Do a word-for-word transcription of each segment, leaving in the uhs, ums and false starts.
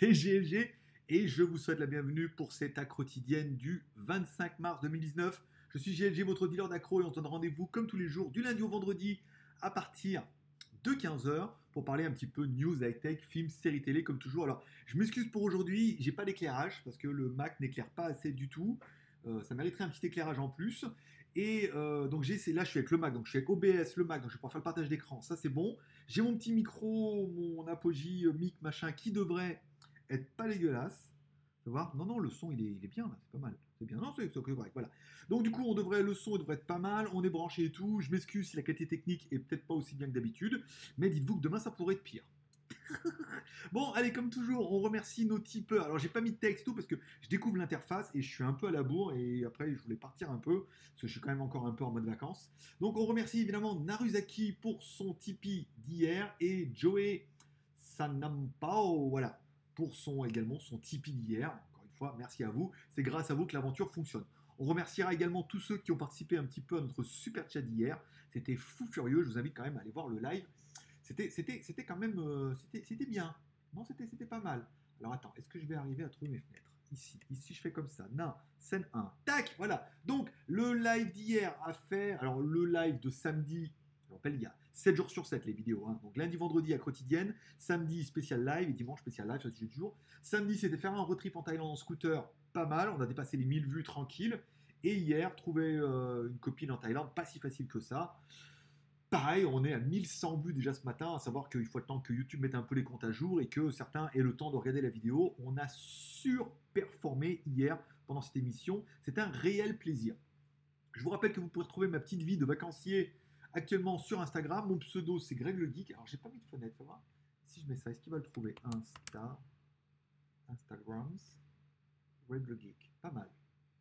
c'est G L G et je vous souhaite la bienvenue pour cette A quotidienne du vingt-cinq mars deux mille dix-neuf. Je suis G L G, votre dealer d'accro, et on se donne rendez-vous comme tous les jours du lundi au vendredi à partir de quinze heures pour parler un petit peu news, high-tech, films, séries télé comme toujours. Alors je m'excuse pour aujourd'hui, j'ai pas d'éclairage parce que le Mac n'éclaire pas assez du tout. Euh, ça mériterait un petit éclairage en plus. Et euh, donc j'ai, là je suis avec le Mac, donc je suis avec O B S, le Mac, donc je vais pouvoir faire le partage d'écran, ça c'est bon. J'ai mon petit micro, mon Apogee euh, mic machin qui devrait être pas dégueulasse. Tu vas voir, non non, le son il est, il est bien là, c'est pas mal, c'est bien, non c'est c'est correct, voilà. Donc du coup on devrait, le son il devrait être pas mal, on est branché et tout. Je m'excuse si la qualité technique est peut-être pas aussi bien que d'habitude, mais dites-vous que demain ça pourrait être pire. Bon, allez, comme toujours, on remercie nos tipeurs. Alors, j'ai pas mis de texte tout parce que je découvre l'interface et je suis un peu à la bourre. Et après, je voulais partir un peu parce que je suis quand même encore un peu en mode vacances. Donc, on remercie évidemment Naruzaki pour son Tipeee d'hier et Joey Sanampao, voilà, pour son également son Tipeee d'hier. Encore une fois, merci à vous. C'est grâce à vous que l'aventure fonctionne. On remerciera également tous ceux qui ont participé un petit peu à notre super chat d'hier. C'était fou furieux. Je vous invite quand même à aller voir le live. C'était, c'était, c'était quand même, euh, c'était, c'était bien. Non, c'était, c'était pas mal. Alors attends, est-ce que je vais arriver à trouver mes fenêtres? Ici, ici je fais comme ça. Non, scène un. Tac, voilà. Donc le live d'hier a fait, alors le live de samedi, je rappelle, il y a sept jours sur sept les vidéos. Hein. Donc lundi, vendredi à quotidienne, samedi spécial live et dimanche spécial live, ça c'est jours. Samedi, c'était faire un road trip en Thaïlande en scooter, pas mal. On a dépassé les mille vues tranquille. Et hier, trouver euh, une copine en Thaïlande, pas si facile que ça. Pareil, on est à mille cent vues déjà ce matin, à savoir qu'il faut le temps que YouTube mette un peu les comptes à jour et que certains aient le temps de regarder la vidéo. On a surperformé hier pendant cette émission. C'est un réel plaisir. Je vous rappelle que vous pouvez retrouver ma petite vie de vacancier actuellement sur Instagram. Mon pseudo, c'est Greg le Geek. Alors, j'ai pas mis de fenêtre, faut voir. Si je mets ça, est-ce qu'il va le trouver? Insta, Instagrams, Greg le Geek. Pas mal.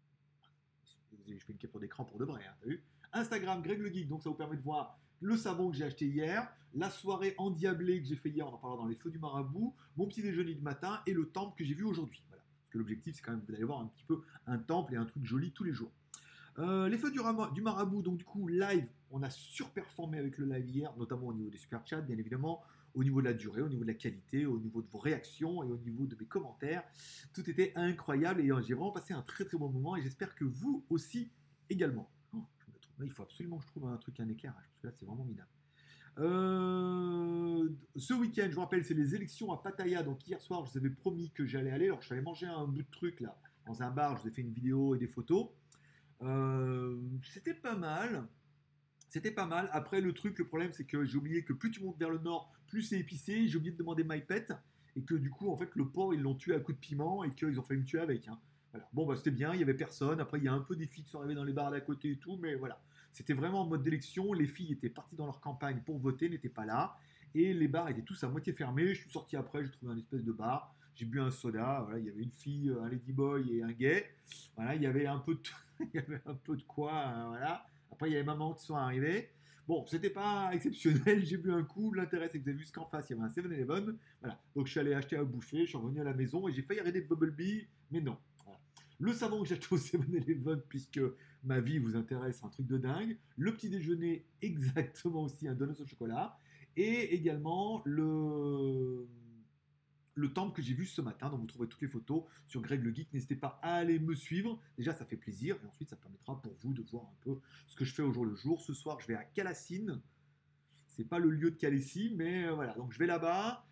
Je fais une capture d'écran pour de vrai, hein, t'as vu? Instagram, Greg le Geek, donc ça vous permet de voir le savon que j'ai acheté hier, la soirée endiablée que j'ai fait hier, on en parlera dans les feux du marabout, mon petit déjeuner du matin et le temple que j'ai vu aujourd'hui. Voilà. Parce que l'objectif, c'est quand même d'aller voir un petit peu un temple et un truc joli tous les jours. Euh, les feux du, du marabout, donc du coup, live, on a surperformé avec le live hier, notamment au niveau des super chats, bien évidemment, au niveau de la durée, au niveau de la qualité, au niveau de vos réactions et au niveau de mes commentaires. Tout était incroyable et j'ai vraiment passé un très très bon moment et j'espère que vous aussi également. Oh, je me trouve, il faut absolument que je trouve un truc, un éclairage, parce que là c'est vraiment minable. Euh, ce week-end, je vous rappelle, c'est les élections à Pattaya. Donc hier soir, je vous avais promis que j'allais aller. Alors je suis allé manger un bout de truc là, dans un bar, je vous ai fait une vidéo et des photos. Euh, c'était pas mal. C'était pas mal. Après, le truc, le problème, c'est que j'ai oublié que plus tu montes vers le nord, plus c'est épicé. J'ai oublié de demander my pet. Et que du coup, en fait, le porc, ils l'ont tué à coups de piment et qu'ils ont failli me tuer avec. Hein. Voilà. Bon, bah, c'était bien, il y avait personne. Après, il y a un peu des filles qui sont arrivées dans les bars d'à côté et tout. Mais voilà. C'était vraiment en mode d'élection. Les filles étaient parties dans leur campagne pour voter, n'étaient pas là. Et les bars étaient tous à moitié fermés. Je suis sorti après, j'ai trouvé un espèce de bar. J'ai bu un soda. Voilà, il y avait une fille, un ladyboy et un gay. Voilà, il y avait un peu de, il y avait un peu de quoi. Hein, voilà. Après, il y avait maman qui sont arrivés. Bon, c'était pas exceptionnel, j'ai bu un coup. L'intérêt, c'est que vous avez vu ce qu'en face, il y avait un seven eleven. Voilà. Donc, je suis allé acheter à bouffer, je suis revenu à la maison et j'ai failli arrêter de Bumblebee, mais non. Voilà. Le savon que j'ai acheté au seven eleven, puisque ma vie vous intéresse, un truc de dingue. Le petit déjeuner, exactement aussi, un donut au chocolat. Et également le le temple que j'ai vu ce matin, dont vous trouverez toutes les photos sur Greg le Geek. N'hésitez pas à aller me suivre. Déjà, ça fait plaisir. Et ensuite, ça permettra pour vous de voir un peu ce que je fais au jour le jour. Ce soir, je vais à Calassine. C'est pas le lieu de Calaisie, mais euh, voilà. Donc, je vais là-bas.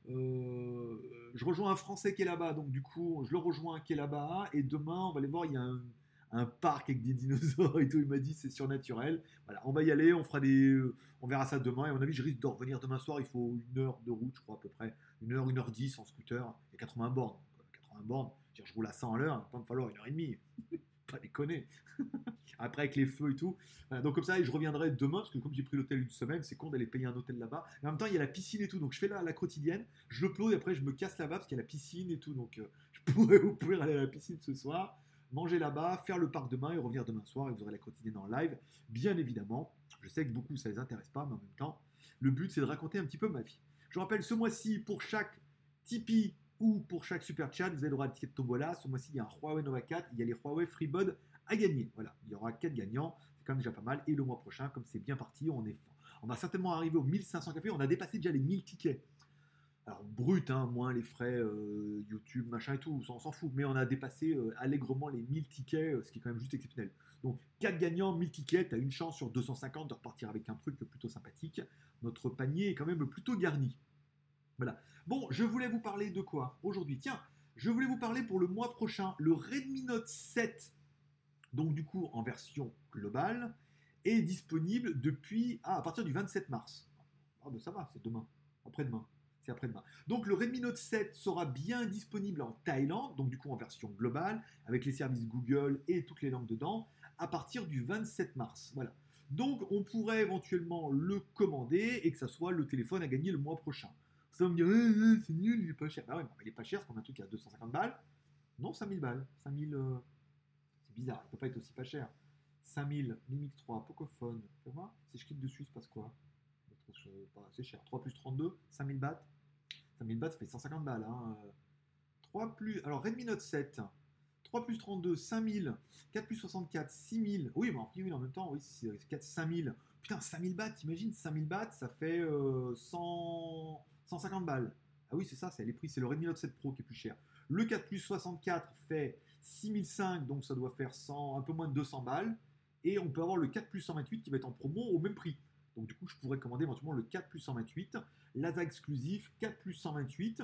Euh, je rejoins un Français qui est là-bas. Donc, du coup, je le rejoins qui est là-bas. Et demain, on va aller voir. Il y a un, un parc avec des dinosaures et tout. Il m'a dit c'est surnaturel. Voilà, on va y aller. On fera des, euh, on verra ça demain. Et à mon avis, je risque de revenir demain soir. Il faut une heure de route, je crois à peu près. Une heure, une heure dix en scooter. Il y a quatre-vingts bornes. quatre-vingts bornes. Je, dire, je roule à cent à l'heure. Il va pas me falloir une heure et demie. Pas déconner. Après, avec les feux et tout. Voilà, donc, comme ça, je reviendrai demain, parce que comme j'ai pris l'hôtel une semaine, c'est con d'aller payer un hôtel là-bas. Et en même temps, il y a la piscine et tout. Donc, je fais la, la quotidienne, je l'upload et après, je me casse là-bas parce qu'il y a la piscine et tout. Donc, euh, je pourrais vous pouvez aller à la piscine ce soir, manger là-bas, faire le parc demain et revenir demain soir. Et vous aurez la quotidienne en live, bien évidemment. Je sais que beaucoup, ça les intéresse pas, mais en même temps, le but, c'est de raconter un petit peu ma vie. Je rappelle, ce mois-ci, pour chaque Tipeee ou pour chaque super chat, vous avez le droit à un ticket de tombola. Ce mois-ci, il y a un Huawei Nova quatre, il y a les Huawei FreeBuds à gagner. Voilà, il y aura quatre gagnants, c'est quand même déjà pas mal. Et le mois prochain, comme c'est bien parti, on, est, on va certainement arriver aux mille cinq cents cafés. On a dépassé déjà les mille tickets. Alors brut, hein, moins les frais euh, YouTube, machin et tout, ça, on s'en fout. Mais on a dépassé euh, allègrement les mille tickets, euh, ce qui est quand même juste exceptionnel. Donc quatre gagnants, mille tickets, t'as une chance sur deux cent cinquante de repartir avec un truc plutôt sympathique. Notre panier est quand même plutôt garni. Voilà. Bon, je voulais vous parler de quoi aujourd'hui? Tiens, je voulais vous parler pour le mois prochain, le Redmi Note sept, donc du coup en version globale, est disponible depuis ah, à partir du vingt-sept mars. Ah ben ça va, c'est demain, après-demain. C'est après-demain. Donc le Redmi Note sept sera bien disponible en Thaïlande, donc du coup en version globale, avec les services Google et toutes les langues dedans, à partir du vingt-sept mars. Voilà. Donc on pourrait éventuellement le commander et que ça soit le téléphone à gagner le mois prochain. Ça va me dire, eh, eh, c'est nul, il est pas cher. Ah ouais, mais il est pas cher, parce qu'on a un truc à deux cent cinquante balles. Non, cinq mille balles. cinq mille, euh, c'est bizarre, il peut pas être aussi pas cher. cinq mille, Mimic trois, Pocophone. Fais voir, si je clique dessus, il se passe quoi? C'est cher. trois plus trente-deux, cinq mille bahts. cinq mille bahts, ça fait cent cinquante balles. Hein. trois plus. Alors, Redmi Note sept. trois plus trente-deux, cinq mille. quatre plus soixante-quatre, six mille. Oui, mais en, oui, en même temps, oui, c'est cinq mille. Putain, cinq mille bahts, t'imagines, cinq mille bahts, ça fait euh, cent, cent cinquante balles. Ah oui, c'est ça, c'est les prix, c'est le Redmi Note sept Pro qui est plus cher. Le quatre plus soixante-quatre fait six mille cinq, donc ça doit faire cent, un peu moins de deux cents balles. Et on peut avoir le quatre plus cent vingt-huit qui va être en promo au même prix. Donc du coup, je pourrais commander éventuellement le quatre plus cent vingt-huit, l'A S A exclusif, quatre plus cent vingt-huit.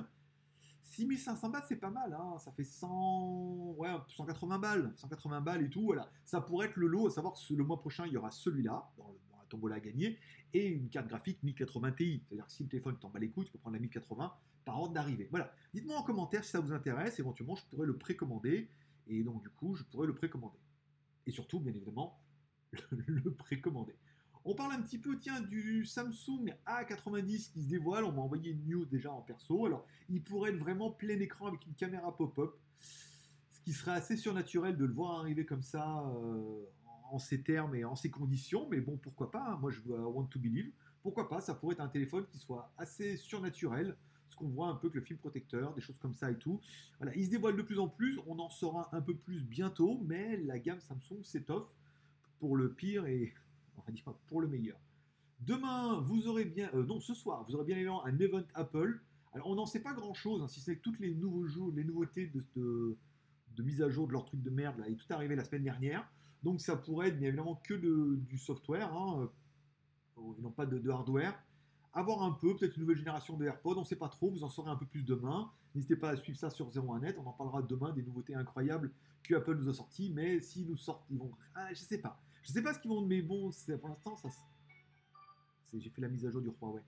six mille cinq cents balles, c'est pas mal, hein. Ça fait cent, ouais, cent quatre-vingts balles, cent quatre-vingts balles et tout, voilà. Ça pourrait être le lot, à savoir que le mois prochain, il y aura celui-là, dans, le, dans la tombola à gagner, et une carte graphique mille quatre-vingts Ti. C'est-à-dire que si le téléphone t'en bat les couilles, tu peux prendre la mille quatre-vingts par ordre d'arrivée. Voilà. Dites-moi en commentaire si ça vous intéresse, éventuellement, je pourrais le précommander, et donc du coup, je pourrais le précommander. Et surtout, bien évidemment, le, le précommander. On parle un petit peu, tiens, du Samsung A quatre-vingt-dix qui se dévoile. On m'a envoyé une news déjà en perso. Alors, il pourrait être vraiment plein écran avec une caméra pop-up, ce qui serait assez surnaturel de le voir arriver comme ça, euh, en ces termes et en ces conditions. Mais bon, pourquoi pas, hein. Moi, je veux want to believe. Pourquoi pas, ça pourrait être un téléphone qui soit assez surnaturel, ce qu'on voit un peu que le film protecteur, des choses comme ça et tout. Voilà, il se dévoile de plus en plus. On en saura un peu plus bientôt, mais la gamme Samsung s'étoffe pour le pire et on va dire pour le meilleur. Demain, vous aurez bien, euh, non, ce soir, vous aurez bien évidemment un event Apple. Alors, on n'en sait pas grand-chose, hein, si c'est que toutes les nouveaux jours, les nouveautés de, de, de mise à jour de leur truc de merde, là, est tout arrivé la semaine dernière. Donc, ça pourrait être bien évidemment que de, du software, hein, euh, non pas de, de hardware. Avoir un peu, peut-être une nouvelle génération de AirPods, on ne sait pas trop, vous en saurez un peu plus demain. N'hésitez pas à suivre ça sur zéro un net, on en parlera demain des nouveautés incroyables que Apple nous a sorties, mais s'ils nous sortent, ils vont. Ah, je sais pas. Je sais pas ce qu'ils vont, mais bon, pour l'instant, ça. J'ai fait la mise à jour du Huawei.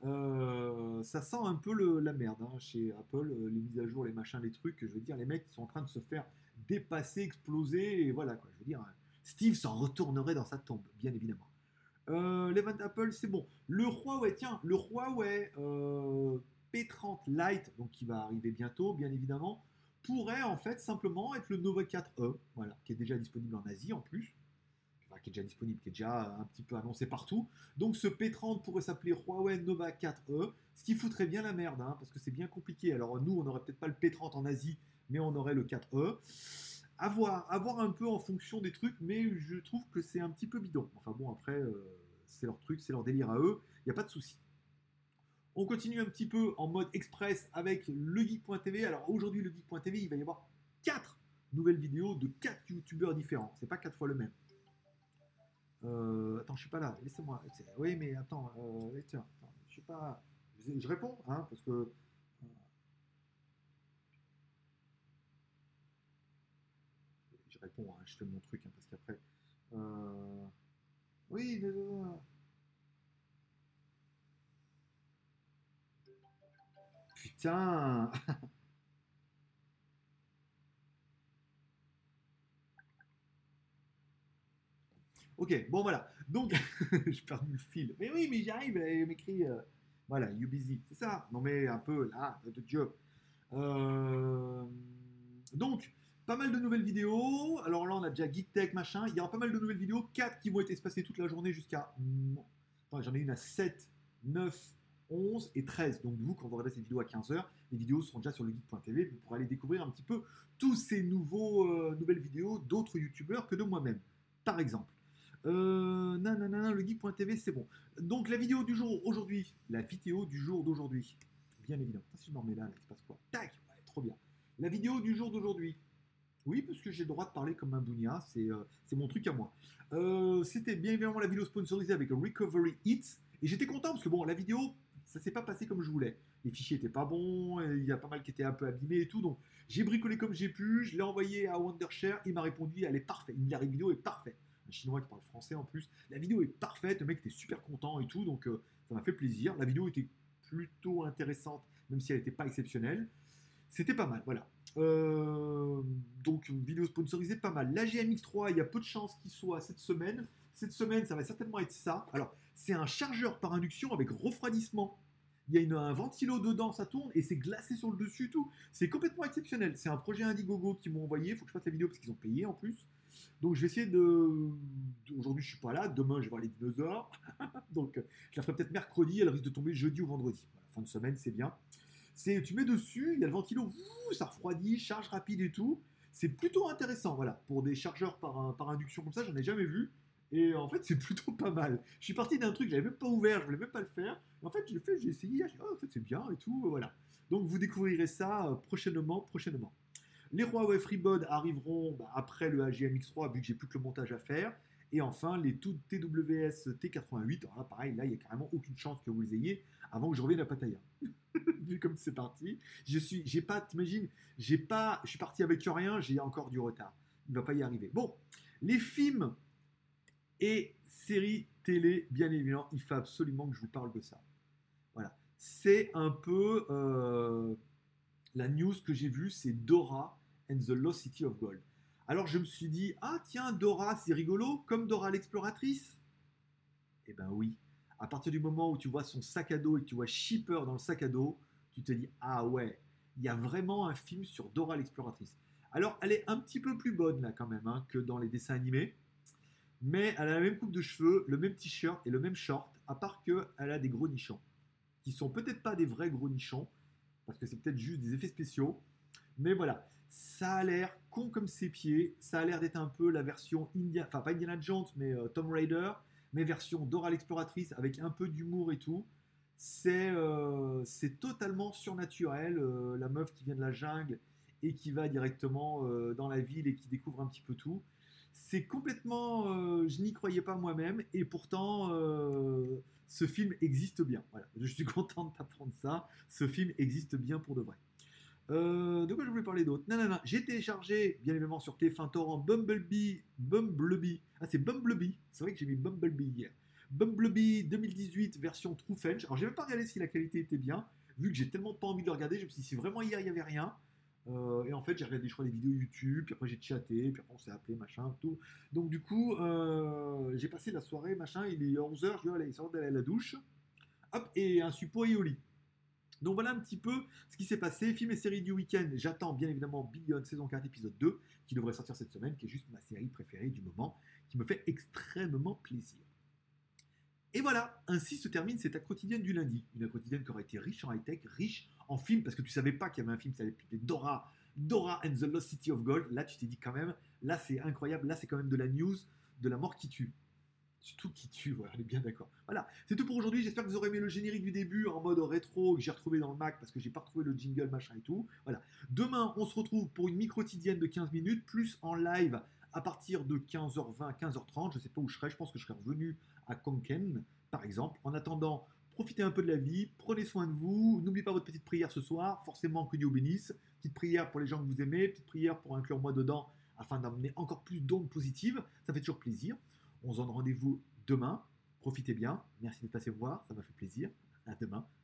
Euh, ça sent un peu le, la merde hein, chez Apple, euh, les mises à jour, les machins, les trucs. Je veux dire, les mecs sont en train de se faire dépasser, exploser, et voilà quoi. Je veux dire, Steve s'en retournerait dans sa tombe, bien évidemment. Euh, L'event Apple, c'est bon. Le Huawei, tiens, le Huawei euh, P trente Lite, donc qui va arriver bientôt, bien évidemment, pourrait en fait simplement être le Nova quatre E, voilà, qui est déjà disponible en Asie en plus, enfin, qui est déjà disponible, qui est déjà un petit peu annoncé partout. Donc ce P trente pourrait s'appeler Huawei Nova quatre E, ce qui foutrait bien la merde, hein, parce que c'est bien compliqué. Alors nous, on n'aurait peut-être pas le P trente en Asie, mais on aurait le quatre E. À voir, à voir un peu en fonction des trucs, mais je trouve que c'est un petit peu bidon. Enfin bon, après, euh, c'est leur truc, c'est leur délire à eux, il n'y a pas de souci. On continue un petit peu en mode express avec legeek point t v. Alors aujourd'hui, legeek point t v, il va y avoir quatre nouvelles vidéos de quatre youtubeurs différents. C'est pas quatre fois le même. Euh, attends, je suis pas là. Laissez-moi. Oui, mais attends, euh, tiens, attends, je sais pas. Je, je réponds, hein, parce que. Euh, je réponds, hein, je fais mon truc, hein, parce qu'après. Euh, oui, désolé. Putain. Ok, bon voilà. Donc, j'ai perdu le fil. Mais oui, mais j'arrive, elle m'écrit. Euh, voilà, you busy. C'est ça. Non, mais un peu là, de job. Euh, donc, pas mal de nouvelles vidéos. Alors là, on a déjà Geek Tech, machin. Il y aura pas mal de nouvelles vidéos. quatre qui vont être espacées toute la journée jusqu'à. Attends, j'en ai une à sept, neuf, onze et treize. Donc, vous, quand vous regardez cette vidéo à quinze heures, les vidéos seront déjà sur le geek point t v. Vous pourrez aller découvrir un petit peu tous ces nouveaux, euh, nouvelles vidéos d'autres youtubeurs que de moi-même, par exemple. Euh, nanana, le geek point t v, c'est bon. Donc, la vidéo du jour aujourd'hui, la vidéo du jour d'aujourd'hui, bien évidemment. Si je m'en remets là, là, il se passe quoi? Tac, ouais, trop bien. La vidéo du jour d'aujourd'hui. Oui, parce que j'ai le droit de parler comme un bougnat, c'est euh, c'est mon truc à moi. Euh, C'était bien évidemment la vidéo sponsorisée avec Recovery Hits, et j'étais content parce que bon, la vidéo, ça s'est pas passé comme je voulais. Les fichiers étaient pas bons, il y a pas mal qui étaient un peu abîmés et tout, donc j'ai bricolé comme j'ai pu, je l'ai envoyé à Wondershare, il m'a répondu, elle est parfaite, la vidéo est parfaite. Un chinois qui parle français en plus, la vidéo est parfaite, le mec était super content et tout, donc euh, ça m'a fait plaisir. La vidéo était plutôt intéressante, même si elle n'était pas exceptionnelle. C'était pas mal, voilà. Euh, donc, une vidéo sponsorisée, pas mal. La G M X trois, il y a peu de chances qu'il soit cette semaine. Cette semaine, ça va certainement être ça. Alors, c'est un chargeur par induction avec refroidissement. Il y a une, un ventilo dedans, ça tourne et c'est glacé sur le dessus et tout. C'est complètement exceptionnel. C'est un projet Indiegogo qui m'ont envoyé. Il faut que je fasse la vidéo parce qu'ils ont payé en plus. Donc, je vais essayer de. Aujourd'hui, je suis pas là. Demain, je vais voir les dinosaures. Donc, je la ferai peut-être mercredi. Elle risque de tomber jeudi ou vendredi. Voilà, fin de semaine, c'est bien. C'est, tu mets dessus, il y a le ventilo, ouh, ça refroidit, charge rapide et tout. C'est plutôt intéressant, voilà. Pour des chargeurs par, par induction comme ça, j'en ai jamais vu. Et en fait, c'est plutôt pas mal. Je suis parti d'un truc que j'avais même pas ouvert, je voulais même pas le faire. Et en fait, j'ai fait, j'ai essayé, j'ai dit, oh, en fait, c'est bien et tout, voilà. Donc, vous découvrirez ça euh, prochainement, prochainement. Les Huawei FreeBuds arriveront bah, après le A G M X trois, vu que j'ai plus que le montage à faire. Et enfin, les tout T W S T quatre-vingt-huit. Alors là, pareil, là, il n'y a carrément aucune chance que vous les ayez avant que je revienne à Pattaya. Vu comme c'est parti, je suis, j'ai pas, t'imagines, j'ai pas, je suis parti avec rien, j'ai encore du retard. Il va pas y arriver. Bon, les films et séries télé, bien évidemment, il faut absolument que je vous parle de ça. Voilà, c'est un peu euh, la news que j'ai vue, c'est Dora and the Lost City of Gold. Alors je me suis dit, ah tiens, Dora, c'est rigolo, comme Dora l'exploratrice. Eh ben oui. À partir du moment où tu vois son sac à dos et que tu vois Shipper dans le sac à dos, tu te dis ah ouais, il y a vraiment un film sur Dora l'exploratrice. Alors elle est un petit peu plus bonne là quand même hein, que dans les dessins animés, mais elle a la même coupe de cheveux, le même t-shirt et le même short, à part qu'elle a des gros nichons, qui sont peut-être pas des vrais gros nichons, parce que c'est peut-être juste des effets spéciaux, mais voilà, ça a l'air con comme ses pieds, ça a l'air d'être un peu la version Indiana, enfin pas Indiana Jones, mais euh, Tomb Raider, mais version Dora l'exploratrice avec un peu d'humour et tout. C'est euh, c'est totalement surnaturel, euh, la meuf qui vient de la jungle et qui va directement euh, dans la ville et qui découvre un petit peu tout. C'est complètement, euh, je n'y croyais pas moi-même et pourtant euh, ce film existe bien. Voilà, je suis content de t'apprendre ça. Ce film existe bien pour de vrai. Euh, de quoi je voulais parler d'autre? Non, non, non. J'ai téléchargé, bien évidemment, sur T F un Torrent, Bumblebee. Bumblebee. Ah, c'est Bumblebee. C'est vrai que j'ai mis Bumblebee hier. Bumblebee deux mille dix-huit, version True French. Alors, j'ai même pas regardé si la qualité était bien. Vu que j'ai tellement pas envie de le regarder, je me suis dit, si vraiment hier, il n'y avait rien. Euh, et en fait, j'ai regardé, je crois, des vidéos YouTube. Puis après, j'ai chatté. Puis après, on s'est appelé, machin, tout. Donc, du coup, euh, j'ai passé la soirée, machin. Il est onze heures. Je dis, allez, sort d'aller à la douche. Hop, et un suppôt et au lit. Donc voilà un petit peu ce qui s'est passé. Film et série du week-end, j'attends bien évidemment Billions saison quatre épisode deux qui devrait sortir cette semaine, qui est juste ma série préférée du moment, qui me fait extrêmement plaisir. Et voilà, ainsi se termine cette quotidienne du lundi. Une quotidienne qui aurait été riche en high-tech, riche en films, parce que tu savais pas qu'il y avait un film qui s'appelait Dora, Dora and the Lost City of Gold. Là tu t'es dit quand même, là c'est incroyable, là c'est quand même de la news, de la mort qui tue. Tout qui tue, voilà, on est bien d'accord. Voilà, c'est tout pour aujourd'hui. J'espère que vous aurez aimé le générique du début en mode rétro que j'ai retrouvé dans le Mac parce que j'ai pas retrouvé le jingle machin et tout. Voilà. Demain, on se retrouve pour une micro-quotidienne de quinze minutes, plus en live à partir de quinze heures vingt, quinze heures trente. Je sais pas où je serai. Je pense que je serai revenu à Konken, par exemple. En attendant, profitez un peu de la vie, prenez soin de vous. N'oubliez pas votre petite prière ce soir. Forcément, que Dieu bénisse. Petite prière pour les gens que vous aimez, petite prière pour inclure moi dedans afin d'amener encore plus d'ondes positives. Ça fait toujours plaisir. On se donne rendez-vous demain. Profitez bien. Merci de passer voir. Ça m'a fait plaisir. À demain.